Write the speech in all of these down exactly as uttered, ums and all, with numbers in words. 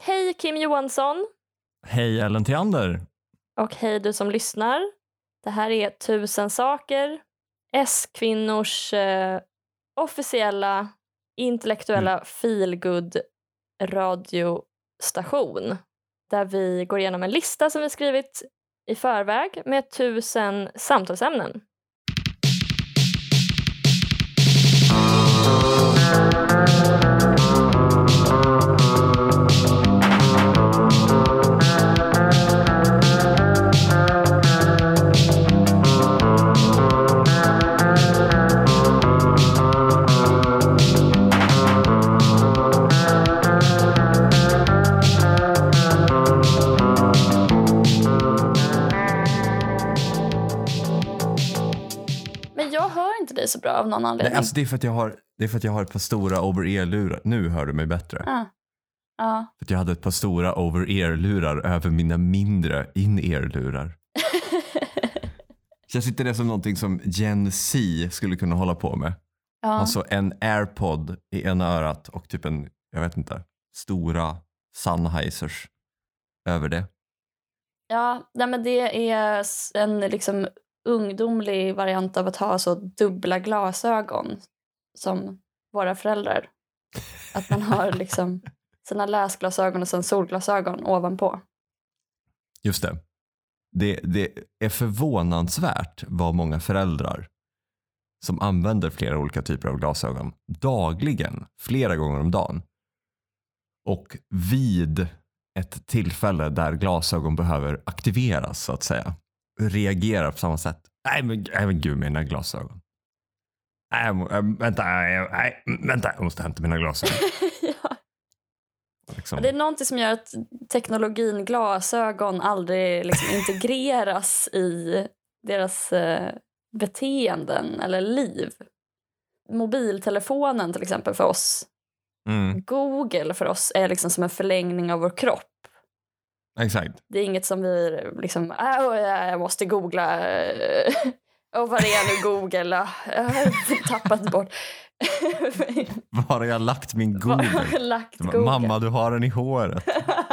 Hej Kim Johansson. Hej Ellen Theander. Och hej du som lyssnar. Det här är Tusen saker. S-kvinnors eh, officiella intellektuella mm. feelgood radiostation. Där vi går igenom en lista som vi skrivit i förväg med tusen samtalsämnen. Det är så bra av någon anledning. Nej, alltså det är för att jag har det är för att jag har ett par stora over-ear-lurar. Nu hör du mig bättre. Ja. Ja. För att jag hade ett par stora over-ear-lurar över mina mindre in-ear-lurar. Känns inte det som någonting som Gen Z skulle kunna hålla på med? Ja. Alltså en AirPod i ena örat och typ en, jag vet inte, stora Sennheisers över det. Ja, nej men det är en liksom ungdomlig variant av att ha så dubbla glasögon som våra föräldrar. Att man har liksom sina läsglasögon och sen solglasögon ovanpå. Just det. Det, det är förvånansvärt vad många föräldrar som använder flera olika typer av glasögon dagligen, flera gånger om dagen. Och vid ett tillfälle där glasögon behöver aktiveras så att säga, reagerar på samma sätt. Nej men, nej, men gud, mina glasögon. Nej, vänta, nej, vänta, jag måste hämta mina glasögon. Ja. Liksom. Det är någonting som gör att teknologin glasögon aldrig liksom integreras i deras eh, beteenden eller liv. Mobiltelefonen till exempel för oss. Mm. Google för oss är liksom som en förlängning av vår kropp. Exakt. Det är inget som vi liksom, äh, jag måste googla. Och vad är nu Google? Jag har tappat bort. Var har jag lagt min Google? Var har jag lagt Google? Mamma, du har den i håret.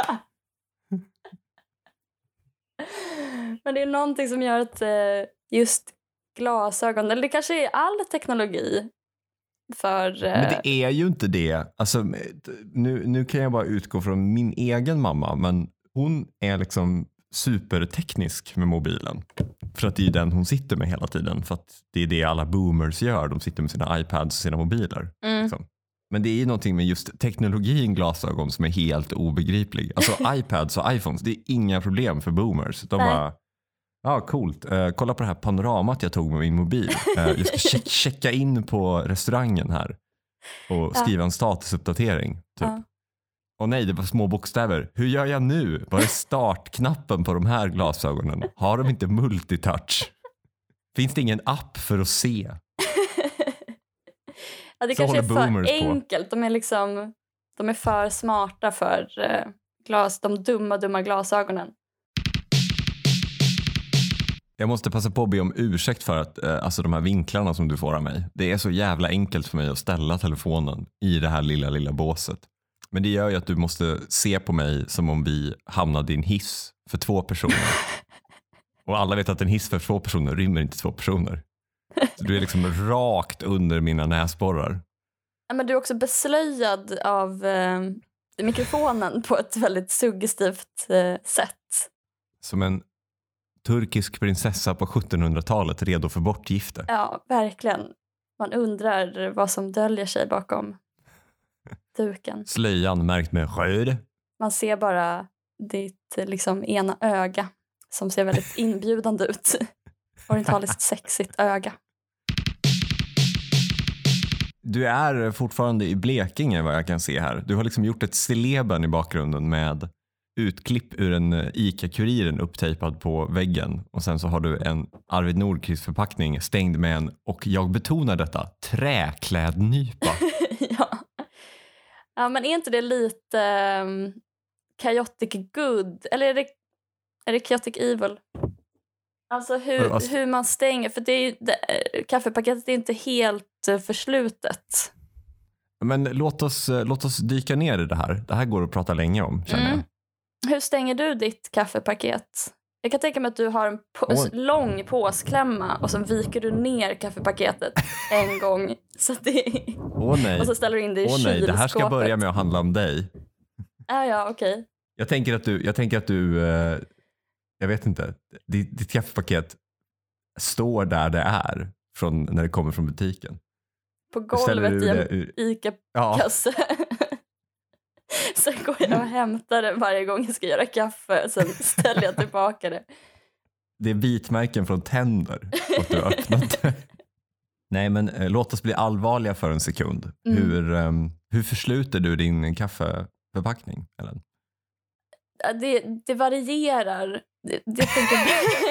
Men det är någonting som gör att just glasögon, eller det kanske är all teknologi. För, men det är ju inte det. Alltså, nu, nu kan jag bara utgå från min egen mamma, men hon är liksom superteknisk med mobilen. För att det är den hon sitter med hela tiden. För att det är det alla boomers gör. De sitter med sina iPads och sina mobiler. Mm. Liksom. Men det är ju någonting med just teknologin glasögon som är helt obegriplig. Alltså iPads och iPhones, det är inga problem för boomers. De Nej. bara, ja ah, coolt. Uh, kolla på det här panoramat jag tog med min mobil. Uh, jag ska check- checka in på restaurangen här. Och skriva ja. en statusuppdatering. Typ. Ja. Och nej, det var små bokstäver. Hur gör jag nu? Var är startknappen på de här glasögonen? Har de inte multitouch? Finns det ingen app för att se? Ja, det så kanske är för enkelt. På. De är liksom, de är för smarta för uh, glas, de dumma, dumma glasögonen. Jag måste passa på att be om ursäkt för att eh, alltså de här vinklarna som du får av mig. Det är så jävla enkelt för mig att ställa telefonen i det här lilla, lilla båset. Men det gör ju att du måste se på mig som om vi hamnade i en hiss för två personer. Och alla vet att en hiss för två personer rymmer inte två personer. Så du är liksom rakt under mina näsborrar. Ja, men du är också beslöjad av eh, mikrofonen på ett väldigt suggestivt eh, sätt. Som en turkisk prinsessa på sjuttonhundratalet redo för bortgifte. Ja, verkligen. Man undrar vad som döljer sig bakom duken. Slöjan märkt med sköld. Man ser bara ditt liksom ena öga som ser väldigt inbjudande ut. Orientaliskt sexigt öga. Du är fortfarande i Blekinge vad jag kan se här. Du har liksom gjort ett stilleben i bakgrunden med utklipp ur en ICA-kuriren upptejpad på väggen. Och sen så har du en Arvid Nordqvist-förpackning stängd med en, och jag betonar detta, träklädnypa. Ja. Ja, men är inte det lite um, chaotic good? Eller är det, är det chaotic evil? Alltså hur, alltså, hur man stänger. För det är ju, det, kaffepaketet är inte helt uh, förslutet. Men låt oss, låt oss dyka ner i det här. Det här går att prata länge om, känner Mm. jag. Hur stänger du ditt kaffepaket? Jag kan tänka mig att du har en på- Åh. lång påsklämma och så viker du ner kaffepaketet en gång. Så att det... Åh nej. Och så ställer du in det i Åh nej, kylskåpet. det här ska börja med att handla om dig. Ah, ja, okej. Okay. Jag tänker att du, jag tänker att du eh, jag vet inte, ditt, ditt kaffepaket står där det är från när det kommer från butiken. På golvet i en ur... ICA-kasse. Ja. Sen går jag och hämtar det varje gång jag ska göra kaffe. Sen ställer jag tillbaka det. Det är bitmärken från tänder att du har öppnat det. Nej, men eh, låt oss bli allvarliga för en sekund. Mm. Hur, um, hur försluter du din kaffeförpackning, Ellen? Det, det varierar. Det, det tänker...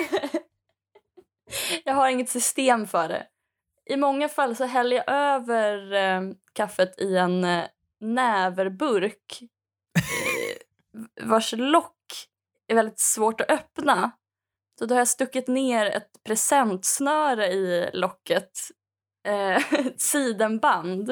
Jag har inget system för det. I många fall så häller jag över eh, kaffet i en eh, näverburk eh, vars lock är väldigt svårt att öppna. Så då har jag stuckit ner ett presentsnöre i locket. Eh, ett sidenband.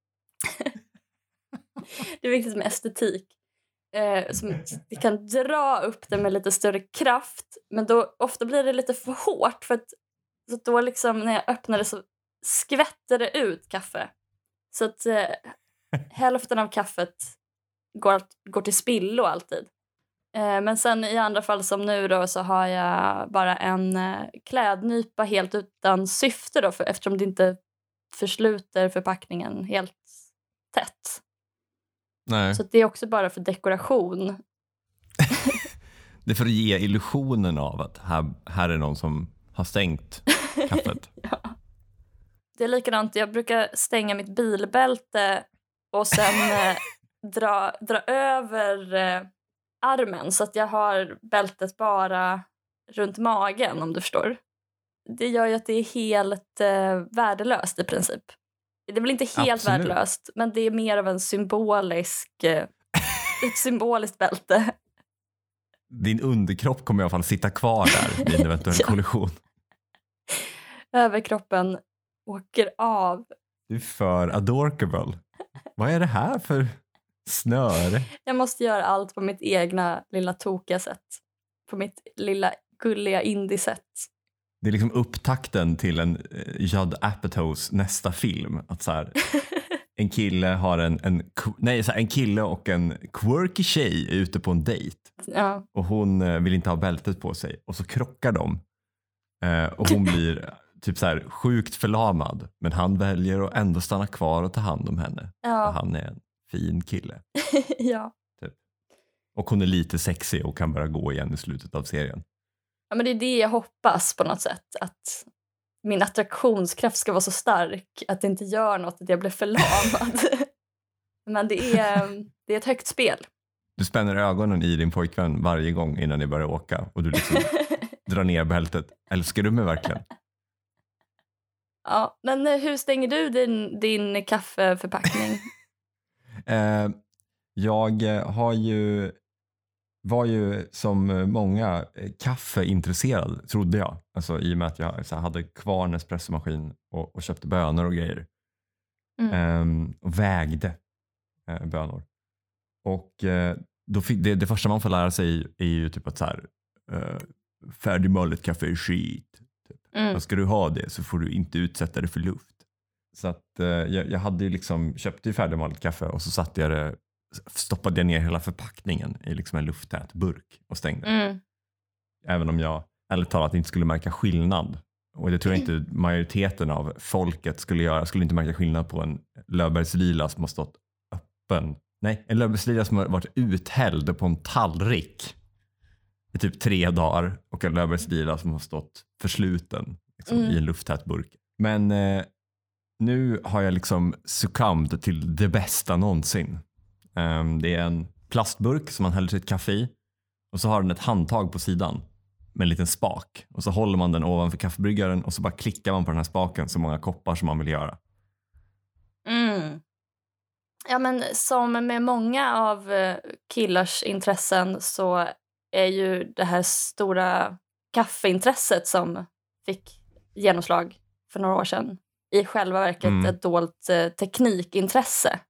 Det är viktigt med estetik. Eh, som vi kan dra upp det med lite större kraft. Men då ofta blir det lite för hårt. För att, så att då liksom när jag öppnar det så skvätter det ut kaffe. Så att eh, hälften av kaffet går, går till spillo alltid. Eh, men sen i andra fall som nu då så har jag bara en eh, klädnypa helt utan syfte då. För, eftersom det inte försluter förpackningen helt tätt. Nej. Så det är också bara för dekoration. Det är för att ge illusionen av att här, här är någon som har stängt kaffet. Ja. Det är likadant, jag brukar stänga mitt bilbälte och sen eh, dra, dra över eh, armen så att jag har bältet bara runt magen, om du förstår. Det gör ju att det är helt eh, värdelöst i princip. Det är väl inte helt Absolut. värdelöst, men det är mer av en symbolisk, eh, ett symboliskt bälte. Din underkropp kommer i alla fall sitta kvar där vid en eventuell ja. kollision. Överkroppen åker av. Du är för adorkable. Vad är det här för snöre? Jag måste göra allt på mitt egna lilla tokiga sätt. På mitt lilla gulliga indie-sätt. Det är liksom upptakten till en uh, Judd Apatows nästa film. Att så här, en kille har en, en, nej, så här, en kille och en quirky tjej är ute på en dejt. Ja. Och hon uh, vill inte ha bältet på sig. Och så krockar de. Uh, och hon blir typ så här sjukt förlamad. Men han väljer att ändå stanna kvar och ta hand om henne. Ja. För han är en fin kille. Ja. Typ. Och hon är lite sexig och kan bara gå igen i slutet av serien. Ja, men det är det jag hoppas på något sätt. Att min attraktionskraft ska vara så stark att det inte gör något att jag blir förlamad. Men det är, det är ett högt spel. Du spänner ögonen i din pojkvän varje gång innan ni börjar åka. Och du liksom drar ner bältet. Älskar du mig verkligen? Ja, men hur stänger du din, din kaffeförpackning? eh, jag har ju... var ju som många kaffeintresserad, trodde jag. Alltså i och med att jag så här, hade kvar en espressomaskin och, och köpte bönor och grejer. Mm. Ehm, och vägde eh, bönor. Och eh, då fick, det, det första man får lära sig är ju typ att så här, eh, färdigmalet kaffe är skit. Typ. Mm. Och ska du ha det så får du inte utsätta det för luft. Så att eh, jag, jag hade ju liksom, köpte ju färdigmalet kaffe och så satte jag det, stoppade jag ner hela förpackningen i liksom en lufttät burk och stängde. Mm. Även om jag ärligt talat inte skulle märka skillnad. Och det tror jag inte majoriteten av folket skulle göra. Skulle inte märka skillnad på en Löfbergslila som har stått öppen. Nej, en Löfbergslila som har varit uthälld på en tallrik i typ tre dagar. Och en Löfbergslila som har stått försluten liksom, mm. i en lufttät burk. Men eh, nu har jag liksom succumbed till det bästa någonsin. Um, det är en plastburk som man häller sitt kaffe i. Och så har den ett handtag på sidan med en liten spak. Och så håller man den ovanför kaffebryggaren och så bara klickar man på den här spaken så många koppar som man vill göra. Mm. Ja, men som med många av killars intressen så är ju det här stora kaffeintresset som fick genomslag för några år sedan i själva verket Mm. ett dolt eh, teknikintresse.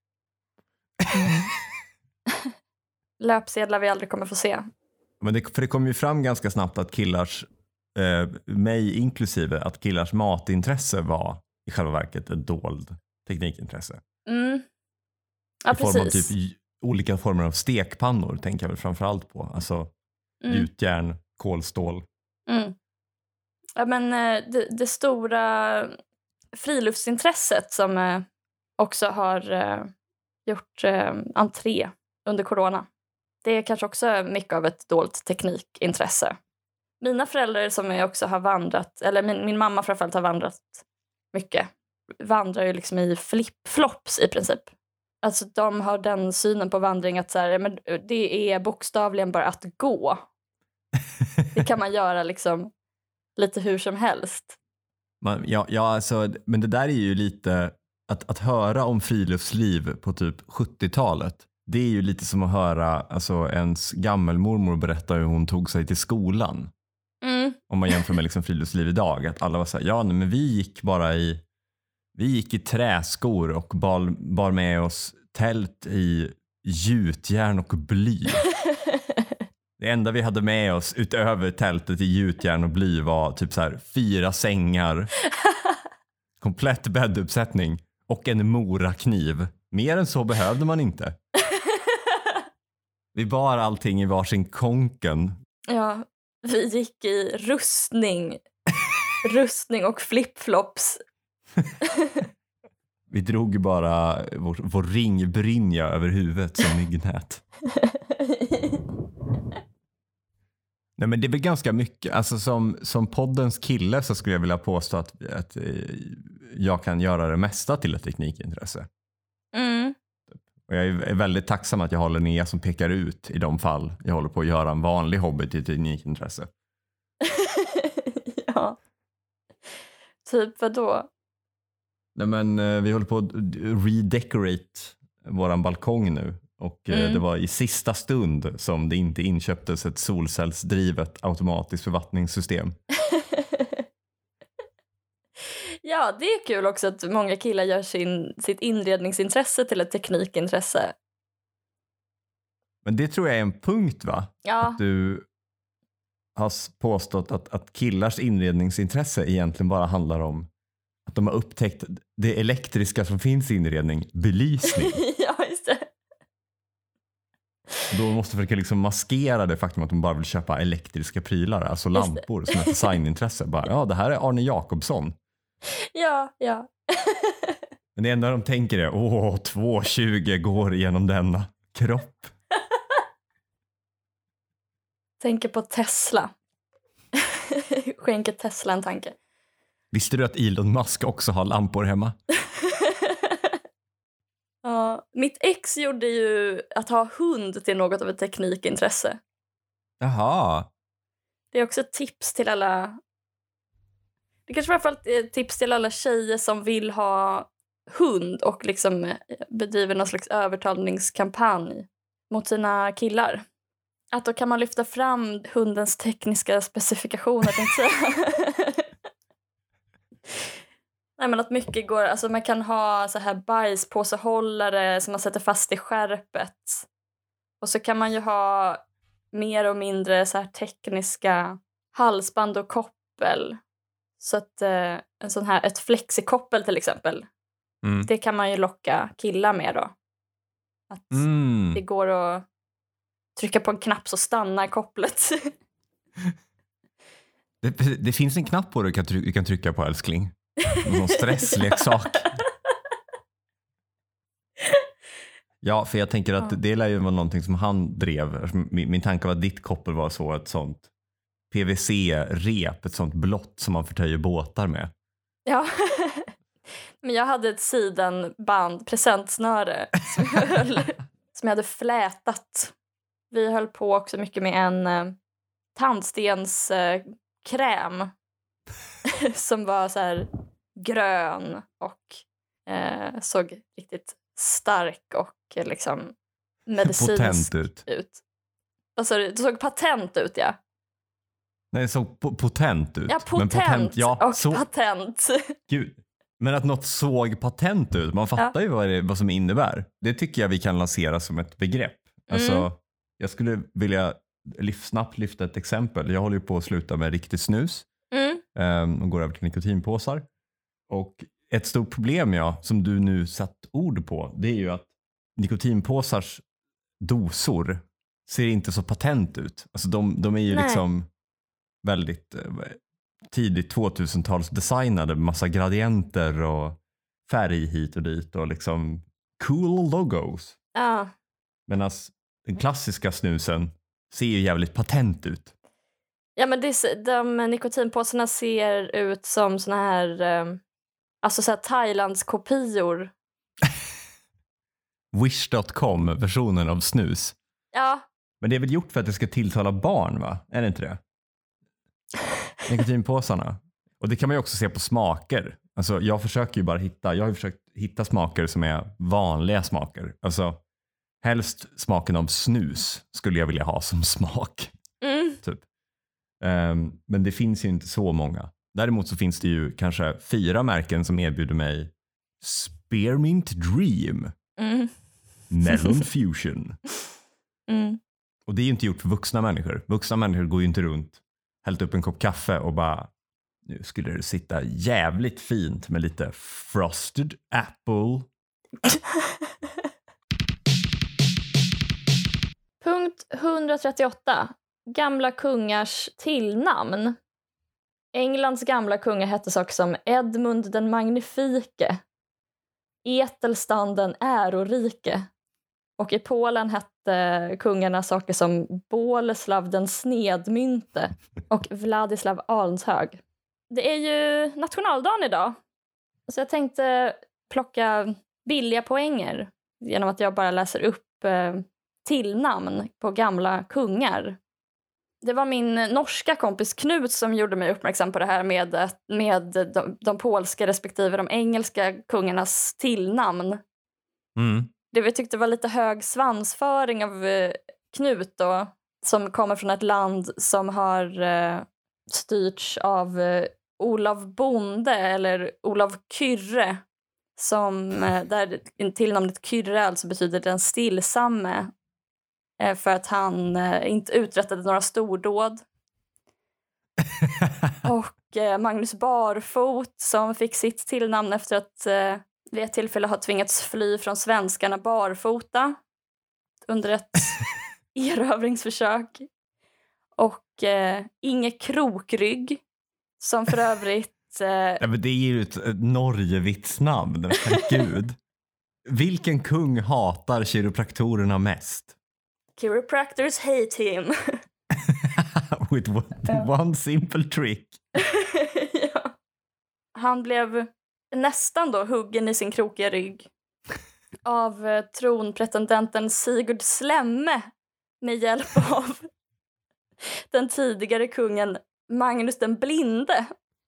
Löpsedlar vi aldrig kommer få se. Men det, för det kom ju fram ganska snabbt att killars, eh, mig inklusive, att killars matintresse var i själva verket ett dold teknikintresse. Mm. Ja, I form av precis. typ j- olika former av stekpannor tänker jag väl framförallt på. Alltså Mm. gjutjärn, kolstål. Mm. Ja, men eh, det, det stora friluftsintresset som eh, också har eh, gjort eh, entré under corona. Det är kanske också mycket av ett dolt teknikintresse. Mina föräldrar som jag också har vandrat, eller min, min mamma framförallt har vandrat mycket, vandrar ju liksom i flip-flops i princip. Alltså de har den synen på vandring att så här, men det är bokstavligen bara att gå. Det kan man göra liksom lite hur som helst. Man, ja, ja, alltså, men det där är ju lite, att, att höra om friluftsliv på typ sjuttiotalet, det är ju lite som att höra alltså, ens gammelmormor berätta hur hon tog sig till skolan. Mm. Om man jämför med liksom friluftsliv idag, att alla var så här, ja nej, men vi gick bara i vi gick i träskor och bar, bar med oss tält i gjutjärn och bly. Det enda vi hade med oss utöver tältet i gjutjärn och bly var typ så här fyra sängar, komplett bädduppsättning och en morakniv. Mer än så behövde man inte. Vi bar allting i varsin konken. Ja, vi gick i rustning. Rustning och flipflops. Vi drog ju bara vår, vår ringbrynja över huvudet som myggnät. Nej, men det är väl ganska mycket. Alltså som, som poddens kille så skulle jag vilja påstå att, att eh, jag kan göra det mesta till ett teknikintresse. Mm. Och jag är väldigt tacksam att jag har Linnea som pekar ut i de fall jag håller på att göra en vanlig hobby till teknikintresse. Ja. Typ vadå? Nej, men eh, vi håller på att redecorate våran balkong nu. Och eh, Mm. det var i sista stund som det inte inköptes ett solcellsdrivet automatiskt förvattningssystem. Ja, det är kul också att många killar gör sin, sitt inredningsintresse till ett teknikintresse. Men det tror jag är en punkt, va? Ja, Att du har s- påstått att, att killars inredningsintresse egentligen bara handlar om att de har upptäckt det elektriska som finns i inredning, belysning. ja just det. Då måste försöka liksom maskera det faktum att de bara vill köpa elektriska prylar, alltså Just det. lampor som ett designintresse. Bara, ja, det här är Arne Jacobsson. Ja, ja. Men det enda de tänker är, åh, två tjugo går igenom denna kropp. Tänker på Tesla. Skänker Tesla en tanke. Visste du att Elon Musk också har lampor hemma? Ja, mitt ex gjorde ju att ha hund till något av ett teknikintresse. Jaha. Det är också ett tips till alla... Det kanske framförallt är ett tips till alla tjejer som vill ha hund och liksom bedriver någon slags övertalningskampanj mot sina killar. Att då kan man lyfta fram hundens tekniska specifikationer, tänkte jag säga. Nej, men att mycket går, alltså man kan ha så här bajspåsehållare som man sätter fast i skärpet. Och så kan man ju ha mer och mindre så här tekniska halsband och koppel. Så att eh, en sån här, ett flexikoppel till exempel, Mm. det kan man ju locka killar med då. Att Mm. det går att trycka på en knapp så stannar kopplet. Det, det finns en knapp på det du kan, try- du kan trycka på, älskling. Någon stressleksak. Ja, för jag tänker att Ja. det lär ju vara någonting som han drev. Min, min tanke var att ditt koppel var så ett sånt P V C-rep, ett sånt blått som man förtöjer båtar med. Ja, men jag hade ett sidenband, presentsnöre som jag, höll, som jag hade flätat. Vi höll på också mycket med en eh, tandstenskräm eh, som var så här grön och eh, såg riktigt stark och eh, liksom medicinsk Potent ut. ut. Alltså, det såg patent ut, ja. Nej, det såg po- potent ut. Ja, Men potent, ja, och så, patent. gud. Men att något såg patent ut, man fattar ja. ju vad, det, vad som innebär. Det tycker jag vi kan lansera som ett begrepp. Alltså, mm. jag skulle vilja lyf, snabbt lyfta ett exempel. Jag håller ju på att sluta med riktigt snus. Mm. Um, och går över till nikotinpåsar. Och ett stort problem ja, som du nu satt ord på, det är ju att nikotinpåsars dosor ser inte så patent ut. Alltså de, de är ju Nej. liksom väldigt eh, tidigt tvåtusentals designade, massa gradienter och färg hit och dit och liksom cool logos. Ja. Medan den klassiska snusen ser ju jävligt patent ut. Ja, men det, de nikotinpåsarna ser ut som såna här eh, alltså så här Thailands kopior. Wish dot com versionen av snus. Ja. Men det är väl gjort för att det ska tilltala barn, va? Är det inte det? Nikotinpåsarna. Och det kan man ju också se på smaker. Alltså jag försöker ju bara hitta, jag har ju försökt hitta smaker som är vanliga smaker. Alltså helst smaken av snus skulle jag vilja ha som smak. Mm. Typ. Um, men det finns ju inte så många. Däremot så finns det ju kanske fyra märken som erbjuder mig Spearmint Dream. Mm. Melon Fusion. Mm. Och det är ju inte gjort för vuxna människor. Vuxna människor går ju inte runt, hällt upp en kopp kaffe och bara, nu skulle det sitta jävligt fint med lite frosted apple. Punkt etthundratrettioåtta. Gamla kungars tillnamn. Englands gamla kungar hette saker som Edmund den magnifike, Etelstan den ärorike. Och i Polen hette kungarna saker som Boleslav den snedmynte och Vladislav Alnshög. Det är ju nationaldagen idag. Så jag tänkte plocka billiga poänger genom att jag bara läser upp eh, tillnamn på gamla kungar. Det var min norska kompis Knut som gjorde mig uppmärksam på det här med, med de, de polska respektive de engelska kungarnas tillnamn. Mm. Det vi tyckte var lite hög svansföring av eh, Knut då, som kommer från ett land som har eh, styrts av eh, Olav Bonde eller Olav Kyrre, som, eh, där tillnamnet Kyrre alltså betyder den stillsamme, eh, för att han eh, inte uträttade några stordåd. Och eh, Magnus Barfot som fick sitt tillnamn efter att eh, vid ett tillfälle har tvingats fly från svenskarna barfota under ett erövringsförsök. Och eh, Inge Krokrygg som för övrigt... Eh... Ja, men det är ju ett, ett Norgevitsnamn, herregud. Vilken kung hatar kiropraktorerna mest? Chiropractors hate him. With one, one simple trick. Ja. Han blev nästan då huggen i sin krokiga rygg av eh, tronpretendenten Sigurd Slemme med hjälp av den tidigare kungen Magnus den blinde.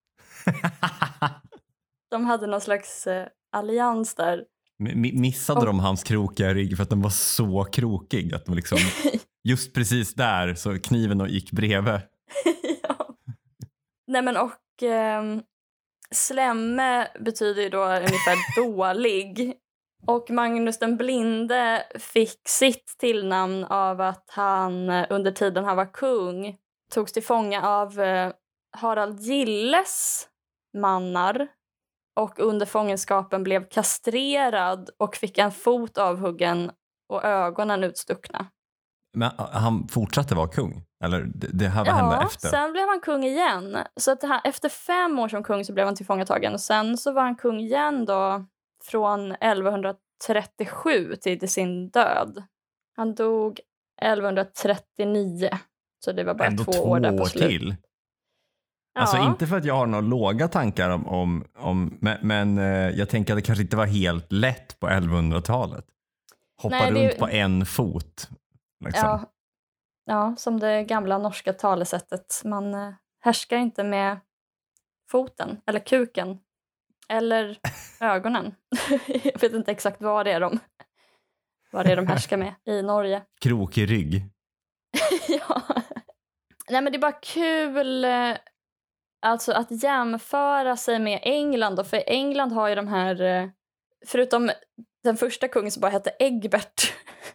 De hade någon slags eh, allians där. M- missade och... de hans krokiga rygg för att den var så krokig att de liksom just precis där så kniven gick bredvid. Ja. Nej men och eh, Slemme betyder ju då ungefär dålig. Och Magnus den blinde fick sitt tillnamn av att han under tiden han var kung togs till fånga av eh, Harald Gilles mannar och under fångenskapen blev kastrerad och fick en fot avhuggen och ögonen utstuckna. Men han fortsatte vara kung? Eller det, det här ja, hände efter? Ja, sen blev han kung igen. Så att han, efter fem år som kung så blev han tillfångatagen. Och sen så var han kung igen då från elvahundratrettiosju till sin död. Han dog elvahundratrettionio. Så det var bara Ändå två, två år där på år slut. till. Alltså ja. Inte för att jag har några låga tankar om, om, om men, men eh, jag tänker att det kanske inte var helt lätt på elvahundratalet. Hoppa Nej, runt det... på en fot. Liksom. Ja. ja, som det gamla norska talesättet. Man eh, härskar inte med foten eller kuken eller ögonen. Jag vet inte exakt vad det är de, vad det är de härskar med i Norge. Krokig rygg. Ja. Nej men det är bara kul alltså att jämföra sig med England då, för England har ju de här, eh, förutom den första kungen som bara hette Egbert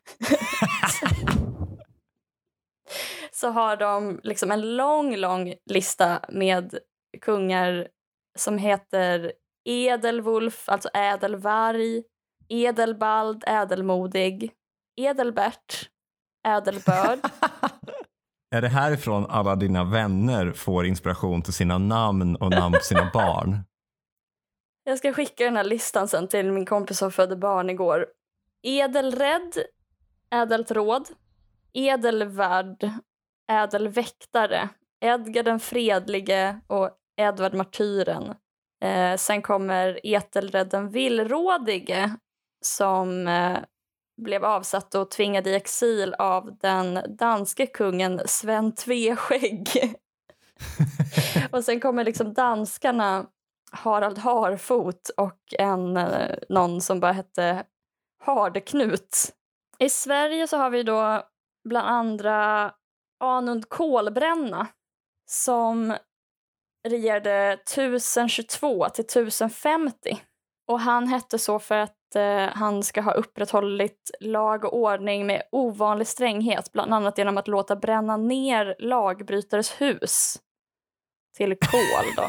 så har de liksom en lång, lång lista med kungar som heter Edelwulf, alltså ädelvarg, Edelbald, ädelmodig, Edelbert, ädelbörd. Är det härifrån alla dina vänner får inspiration till sina namn och namn på sina barn? Jag ska skicka den här listan sen till min kompis som födde barn igår. Edelrädd, ädelt råd, Edelvärd, ädelväktare, Edgar den fredlige och Edvard martyren. Eh, sen kommer Etelred den villrådige som eh, blev avsatt och tvingad i exil av den danske kungen Sven Tveskägg. Och sen kommer liksom danskarna Harald Harfot och en, eh, någon som bara hette Hardeknut. I Sverige så har vi då bland andra Anund Kolbränna som regerade tusen tjugotvå till tusen femtio. Och han hette så för att eh, han ska ha upprätthållit lag och ordning med ovanlig stränghet, bland annat genom att låta bränna ner lagbrytares hus till kol då.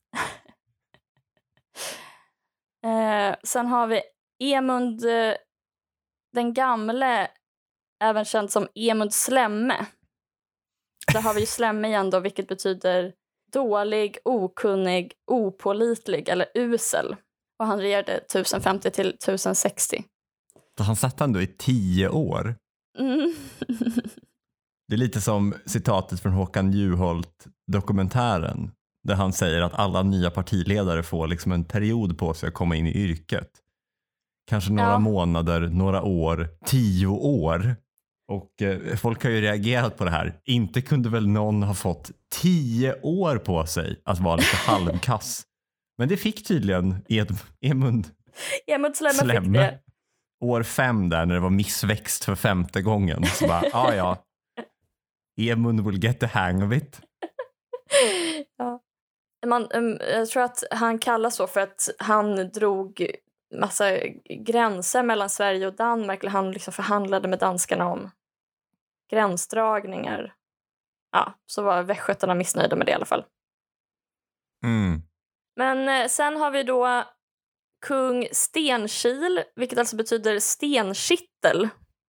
eh, sen har vi Emund eh, den gamle, även känd som Emund Slemme. Där har vi ju slemme igen då, vilket betyder dålig, okunnig, opålitlig eller usel. Och han regerade tusen femtio till tusen sextio. Så han satt ändå i tio år. Mm. Det är lite som citatet från Håkan Juholt-dokumentären. Där han säger att alla nya partiledare får liksom en period på sig att komma in i yrket. Kanske några Ja. månader, några år, tio år. Och eh, folk har ju reagerat på det här. Inte kunde väl någon ha fått tio år på sig att vara lite halvkass. Men det fick tydligen Ed, Emund Emund Slemme, Slemme. fick det. År fem där när det var missväxt för femte gången. Så bara, ja ja. Emund will get the hang of it. Ja. Man, um, jag tror att han kallas så för att han drog massa gränser mellan Sverige och Danmark. Eller han liksom förhandlade med danskarna om gränsdragningar. Ja, så var västgötarna missnöjda med det i alla fall. Mm. Men eh, sen har vi då kung Stenkil, vilket alltså betyder stenkittel.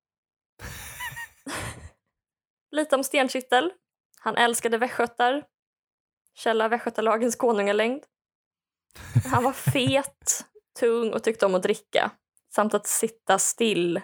Lite om Stenkittel. Han älskade västgötar. Källa västgötalagens konungalängd. Han var fet, tung och tyckte om att dricka. Samt att sitta still.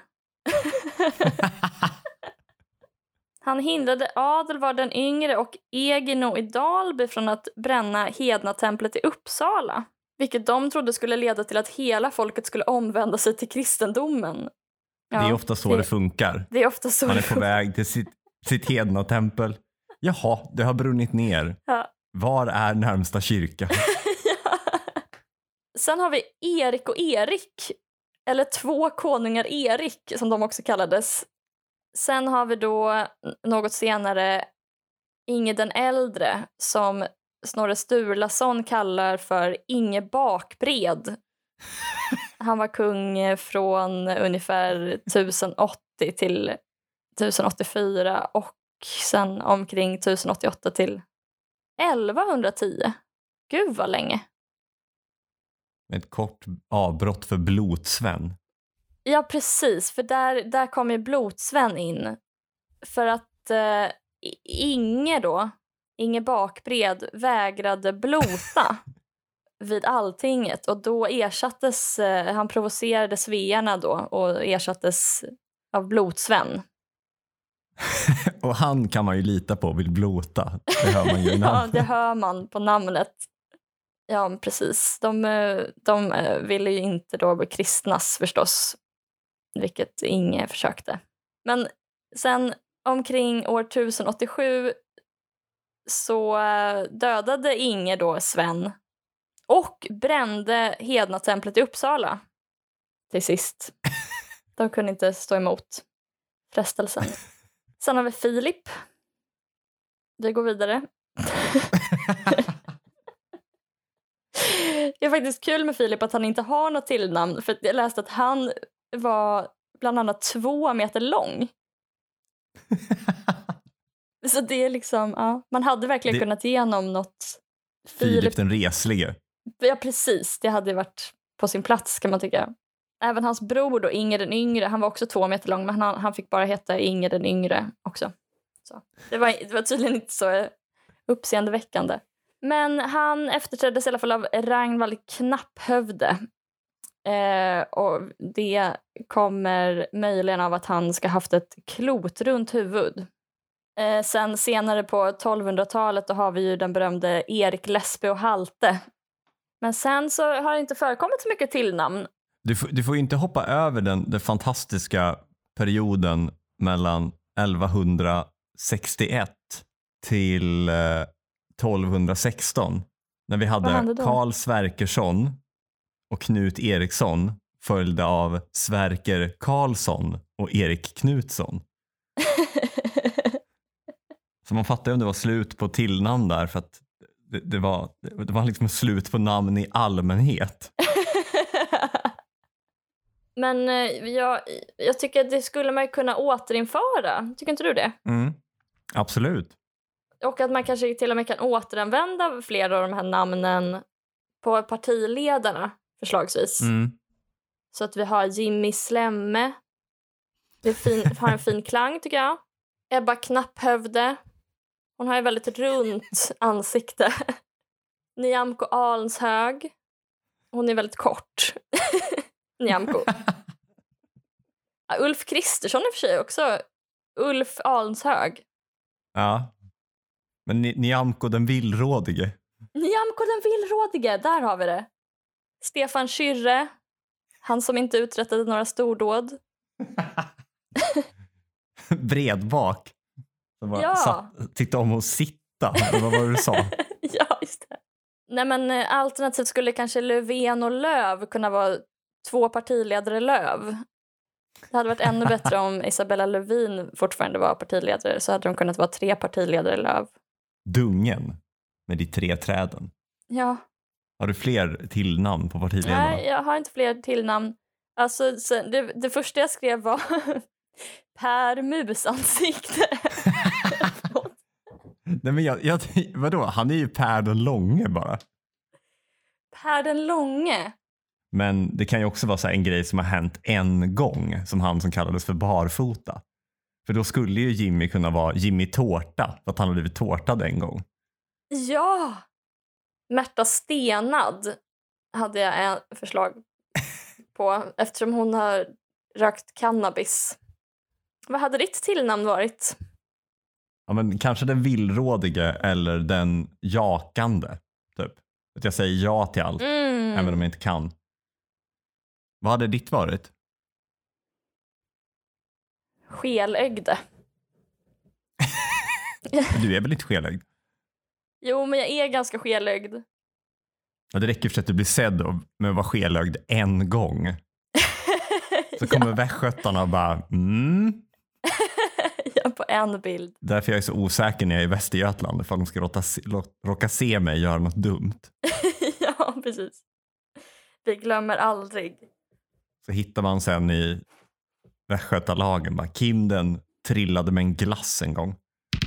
Han hindrade Adelvar den yngre och Egino i Dalby från att bränna hednatemplet i Uppsala. Vilket de trodde skulle leda till att hela folket skulle omvända sig till kristendomen. Ja, det är ofta så det, det funkar. Det är ofta så. Man är på väg till sitt, sitt hednatempel. Jaha, det har brunnit ner. Ja. Var är närmsta kyrka? Ja. Sen har vi Erik och Erik. Eller två konungar Erik, som de också kallades. Sen har vi då något senare Inge den äldre, som Snorre Sturlason kallar för Inge Bakbred. Han var kung från ungefär tusen åttio till tusen åttiofyra och sen omkring tusen åttioåtta till elvahundratio. Gud vad länge. Ett kort avbrott för Blodsven. Ja, precis. För där, där kom ju Blodsven in. För att eh, Inge då, Inge Bakbred, vägrade blota vid alltinget. Och då ersattes, eh, han provocerade svearna då och ersattes av Blodsven. Och han kan man ju lita på vill blota. Det hör man ju i namnet. Ja, det hör man på namnet. Ja, precis. De, de ville ju inte då bli kristnas förstås. Vilket Inge försökte. Men sen omkring år tusen åttiosju så dödade Inge då Sven. Och brände hednatemplet i Uppsala. Till sist. De kunde inte stå emot frestelsen. Sen har vi Filip. Vi går vidare. Det är faktiskt kul med Filip att han inte har något tillnamn. För jag läste att han var bland annat två meter lång. Så det är liksom, ja. Man hade verkligen det... kunnat ge honom något. Filip, Filip den reslige. Ja, precis. Det hade varit på sin plats kan man tycka. Även hans bror då, Inger den yngre, han var också två meter lång. Men han, han fick bara heta Inger den yngre också. Så. Det, var, det var tydligen inte så uppseendeväckande. Men han efterträddes i alla fall av Ragnvald Knapphövde. Eh, och det kommer möjligen av att han ska haft ett klotrunt huvud. Eh, sen senare på tolvhundratalet då har vi ju den berömde Erik Läsby och Halte. Men sen så har det inte förekommit så mycket tillnamn. Du får, du får inte hoppa över den, den fantastiska perioden mellan elvahundrasextioett till eh, tolvhundrasexton. När vi hade Karl Sverkersson och Knut Eriksson följda av Sverker Karlsson och Erik Knutsson. Så man fattar ju om det var slut på tillnamn där för att det, det, var, det var liksom slut på namn i allmänhet. Men jag, jag tycker att det skulle man kunna återinföra. Tycker inte du det? Mm, absolut. Och att man kanske till och med kan återanvända flera av de här namnen på partiledarna förslagsvis. Mm. Så att vi har Jimmy Slemme. Det fin, har en fin klang tycker jag. Ebba Knapphövde. Hon har ju väldigt runt ansikte. Nyamko Alnshög. Hon är väldigt kort. Nyamko. Ja, Ulf Kristersson i och för sig också. Ulf Alnshög. Ja. Men Nyamko den villrådige. Nyamko den villrådige, där har vi det. Stefan Kyrre. Han som inte uträttade några stordåd. Bredbak. Som bara ja. satt, tyckte om att sitta. Vad var det du sa? Ja, just det. Nej, men alternativt skulle kanske Löfven och Löv kunna vara två partiledare Löv. Det hade varit ännu bättre om Isabella Lövin fortfarande var partiledare. Så hade de kunnat vara tre partiledare Löv. Dungen med de tre träden. Ja. Har du fler tillnamn på partiledarna? Nej, jag har inte fler tillnamn. Alltså, det, det första jag skrev var Per Musansikte. Nej, men jag, jag, vadå? Han är ju Per den långe bara. Per den långe? Men det kan ju också vara så här en grej som har hänt en gång. Som han som kallades för barfota. För då skulle ju Jimmy kunna vara Jimmy Tårta. För att han hade blivit tårtad en gång. Ja! Märta Stenad hade jag ett förslag på. Eftersom hon har rökt cannabis. Vad hade ditt tillnamn varit? Ja, men kanske den villrådige eller den jakande. Typ. Att jag säger ja till allt. Mm. Även om jag inte kan. Vad hade ditt varit? Skelögde. Du är väl inte skelögd? Jo, men jag är ganska skelögd. Ja, det räcker för att du blir sedd med att vara skelögd en gång. Så kommer ja. västgötarna och bara mm. Ja, på en bild. Därför jag är så osäker när jag är i Västergötland. För att de ska råka se, råka se mig göra något dumt. Ja, precis. Vi glömmer aldrig. Så hittar man sen i Västgötalagen bara Kim den trillade med en glass en gång.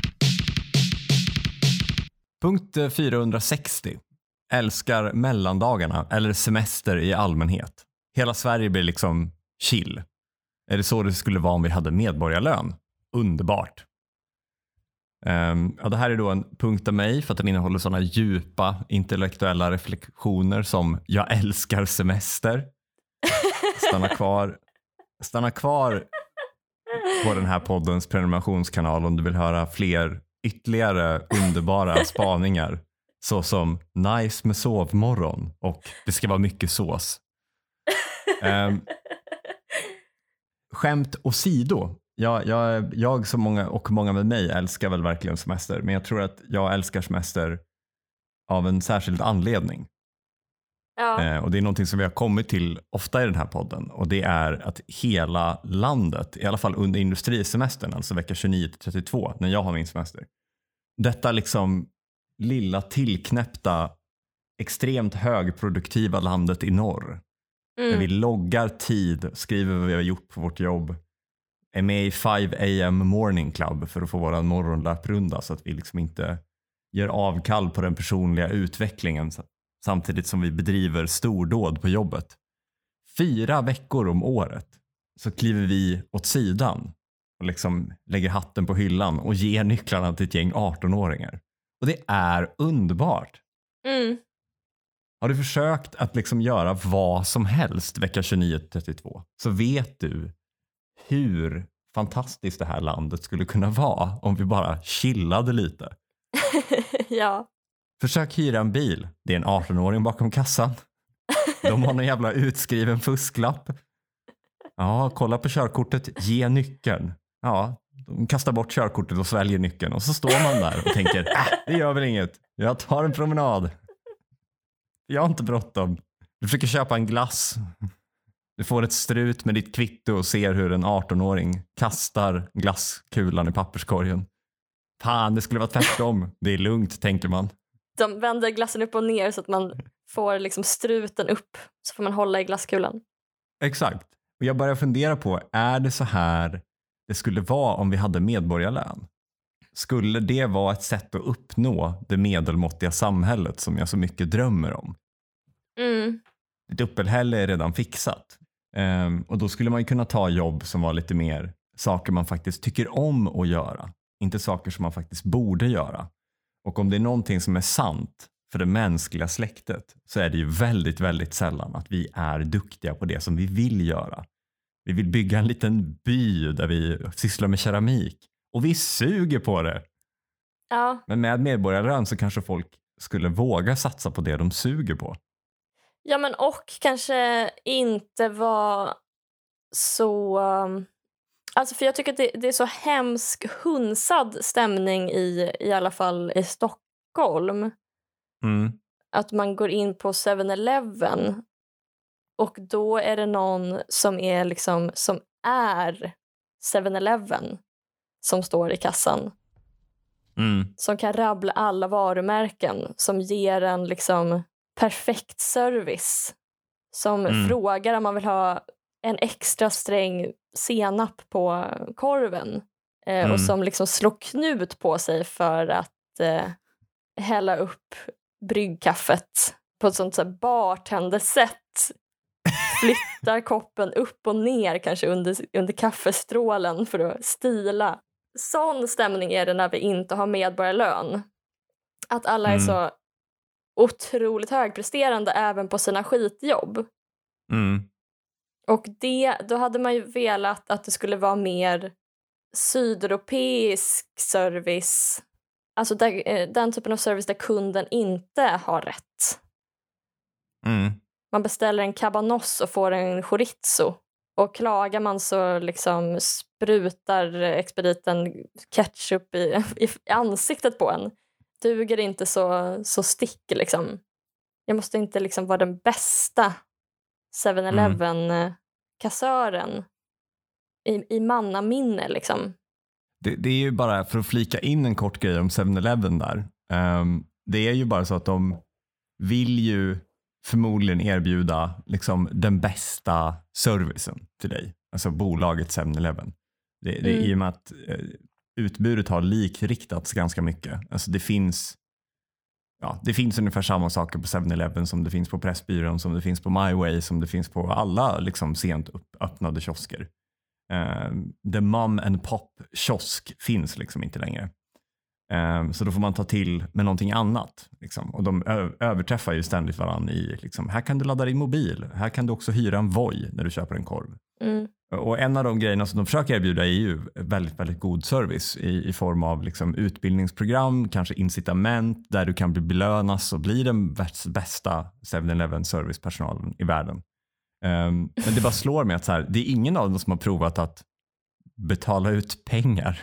Punkt fyrahundrasextio. Älskar mellandagarna eller semester i allmänhet. Hela Sverige blir liksom chill. Är det så det skulle vara om vi hade medborgarlön? Underbart. Um, ja, det här är då en punkt av mig för att den innehåller sådana djupa intellektuella reflektioner som jag älskar semester. Stanna kvar, stanna kvar på den här poddens prenumerationskanal om du vill höra fler ytterligare underbara spaningar. Så som nice med sovmorgon och det ska vara mycket sås. Um, skämt åsido. Jag, jag, jag som många och många med mig älskar väl verkligen semester. Men jag tror att jag älskar semester av en särskild anledning. Ja. Eh, och det är någonting som vi har kommit till ofta i den här podden. Och det är att hela landet, i alla fall under industrisemestern, alltså vecka tjugonio till trettiotvå, när jag har min semester. Detta liksom lilla tillknäppta extremt högproduktiva landet i norr. Mm. Där vi loggar tid, skriver vad vi har gjort på vårt jobb. Är med i five a m morning club för att få våra morgonlöprunda så att vi liksom inte gör avkall på den personliga utvecklingen samtidigt som vi bedriver stordåd på jobbet. Fyra veckor om året så kliver vi åt sidan och liksom lägger hatten på hyllan och ger nycklarna till ett gäng arton-åringar. Och det är underbart. Mm. Har du försökt att liksom göra vad som helst vecka tjugonio till trettiotvå så vet du hur fantastiskt det här landet skulle kunna vara om vi bara chillade lite. Ja. Försök hyra en bil. Det är en arton-åring bakom kassan. De har någon jävla utskriven fusklapp. Ja, kolla på körkortet. Ge nyckeln. Ja, de kastar bort körkortet och sväljer nyckeln. Och så står man där och tänker, äh, det gör väl inget. Jag tar en promenad. Jag har inte bråttom. Du försöker köpa en glass. Du får ett strut med ditt kvitto och ser hur en arton-åring kastar glasskulan i papperskorgen. Fan, det skulle vara tvärtom. Det är lugnt, tänker man. De vänder glassen upp och ner så att man får liksom struten upp. Så får man hålla i glasskulan. Exakt. Och jag börjar fundera på, är det så här det skulle vara om vi hade medborgarlön? Skulle det vara ett sätt att uppnå det medelmåttiga samhället som jag så mycket drömmer om? Mm. Ett uppehälle är redan fixat. Um, och då skulle man ju kunna ta jobb som var lite mer saker man faktiskt tycker om att göra. Inte saker som man faktiskt borde göra. Och om det är någonting som är sant för det mänskliga släktet så är det ju väldigt, väldigt sällan att vi är duktiga på det som vi vill göra. Vi vill bygga en liten by där vi sysslar med keramik. Och vi suger på det. Ja. Men med medborgarlön så kanske folk skulle våga satsa på det de suger på. Ja, men och kanske inte vara så... Um, alltså för jag tycker att det, det är så hemsk hunsad stämning i, i alla fall i Stockholm. Mm. Att man går in på seven eleven och då är det någon som är liksom som är seven eleven som står i kassan. Mm. Som kan rabbla alla varumärken, som ger en liksom perfekt service, som Mm. frågar om man vill ha en extra sträng senap på korven eh, Mm. och som liksom slår knut på sig för att eh, hälla upp bryggkaffet på ett sånt så här bartendersätt. Flyttar koppen upp och ner kanske under, under kaffestrålen för att stila. Sån stämning är det när vi inte har medborgarlön. Att alla är Mm. så otroligt högpresterande även på sina skitjobb. Mm. Och det, då hade man ju velat att det skulle vara mer sydeuropeisk service. Alltså där, den typen av service där kunden inte har rätt. Mm. Man beställer en cabanos och får en chorizo. Och klagar man så liksom sprutar expediten ketchup i, i ansiktet på en. Duger inte så, så stick liksom. Jag måste inte liksom vara den bästa seven eleven-kassören i, i mannaminne liksom. Det, det är ju bara för att flika in en kort grej om seven eleven där. Um, det är ju bara så att de vill ju förmodligen erbjuda liksom den bästa servicen till dig. Alltså bolaget seven eleven. Det, det är Mm. i och med att eh, utbudet har likriktats ganska mycket. Alltså det finns ja, det finns ungefär samma saker på seven eleven som det finns på Pressbyrån, som det finns på My Way, som det finns på alla liksom sent upp, öppnade kiosker. Um, the mom and pop kiosk finns liksom inte längre. Um, så då får man ta till med någonting annat. Liksom. Och de ö- överträffar ju ständigt varandra i liksom, här kan du ladda din mobil. Här kan du också hyra en Voi när du köper en korv. Mm. Och en av de grejerna som de försöker erbjuda är ju väldigt, väldigt god service i, i form av liksom utbildningsprogram, kanske incitament där du kan bli belönas och bli den bästa seven eleven servicepersonalen i världen. Um, men det bara slår mig att så här, det är ingen av dem som har provat att betala ut pengar.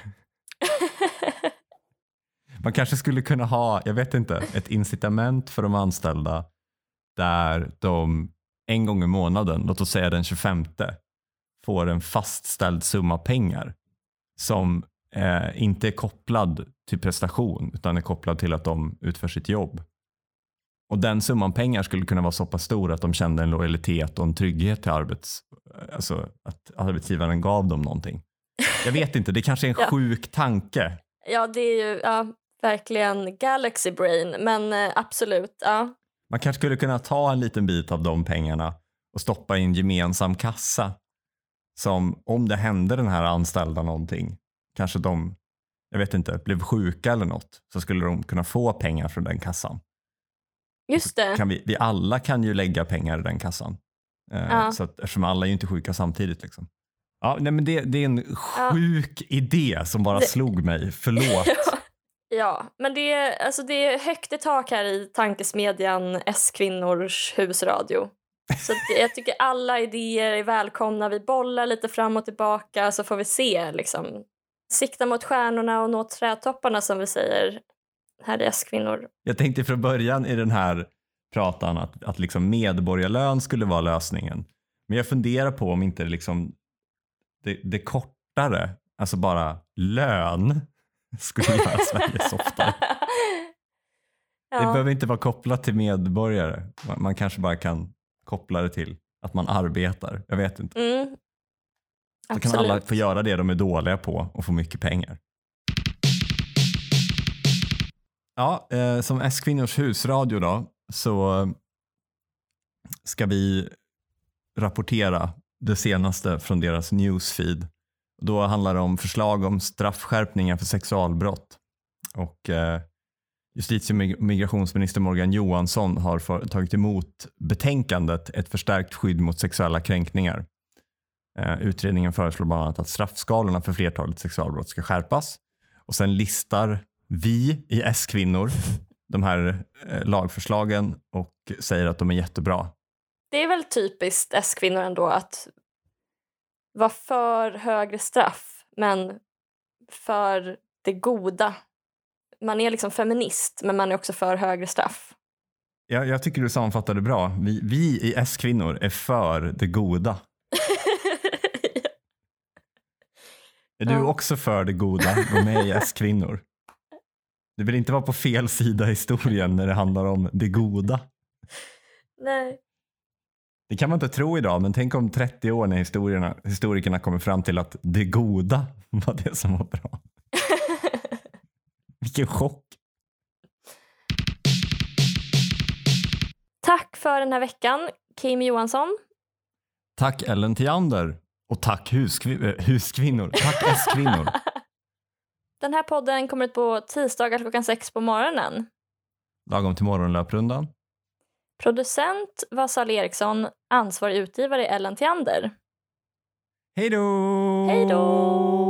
Man kanske skulle kunna ha, jag vet inte, ett incitament för de anställda där de en gång i månaden, låt oss säga den tjugofemte, får en fastställd summa pengar som eh, inte är kopplad till prestation utan är kopplad till att de utför sitt jobb. Och den summan pengar skulle kunna vara så pass stor att de kände en lojalitet och en trygghet till arbets, alltså att arbetsgivaren gav dem någonting. Jag vet inte, det kanske är en Ja. sjuk tanke. Ja, det är ju ja, verkligen Galaxy Brain, men eh, absolut, ja. Man kanske skulle kunna ta en liten bit av de pengarna och stoppa i en gemensam kassa. Som om det hände den här anställda någonting, kanske de, jag vet inte, blev sjuka eller något, så skulle de kunna få pengar från den kassan. Just det. Kan vi, vi alla kan ju lägga pengar i den kassan. Eh, Ja. så att, eftersom alla är ju inte sjuka samtidigt. Liksom. Ja, nej, men det, det är en sjuk ja. idé som bara det... slog mig. Förlåt. ja. ja, men det är, alltså det är högt i tak här i tankesmedjan S-kvinnors husradio. Så jag tycker alla idéer är välkomna. Vi bollar lite fram och tillbaka så får vi se. Liksom. Sikta mot stjärnorna och nå trädtopparna som vi säger här i S-kvinnor. Jag tänkte från början i den här pratan att, att liksom medborgarlön skulle vara lösningen. Men jag funderar på om inte liksom det, det kortare, alltså bara lön, skulle göra Sverige softare. Ja. Det behöver inte vara kopplat till medborgare. Man, man kanske bara kan koppla det till att man arbetar. Jag vet inte. Mm. Så kan alla få göra det de är dåliga på och få mycket pengar. Ja, eh, som S-kvinnors husradio då så ska vi rapportera det senaste från deras newsfeed. Då handlar det om förslag om straffskärpningar för sexualbrott. Och eh, justitie- och migrationsminister Morgan Johansson har för, tagit emot betänkandet Ett förstärkt skydd mot sexuella kränkningar. Eh, utredningen föreslår bland annat att straffskalorna för flertalet sexualbrott ska skärpas. Och sen listar vi i S-kvinnor de här eh, lagförslagen och säger att de är jättebra. Det är väl typiskt S-kvinnor ändå att vara för högre straff men för det goda. Man är liksom feminist men man är också för högre straff. Ja, jag tycker du sammanfattar det bra. Vi, vi i S-kvinnor är för det goda. ja. Är du ja. också för det goda? Gå med i S-kvinnor. Du vill inte vara på fel sida i historien när det handlar om det goda. Nej. Det kan man inte tro idag, men tänk om trettio år när historikerna, historikerna kommer fram till att det goda var det som var bra. Vilken chock. Tack för den här veckan, Kim Johansson. Tack Ellen Theander. Och tack huskv- huskvinnor. Tack S-kvinnor. Den här podden kommer ut på tisdagar klockan sex på morgonen. Lagom till morgonlöprundan. Producent var Sally Eriksson, ansvarig utgivare Ellen Theander. Hej då! Hej då!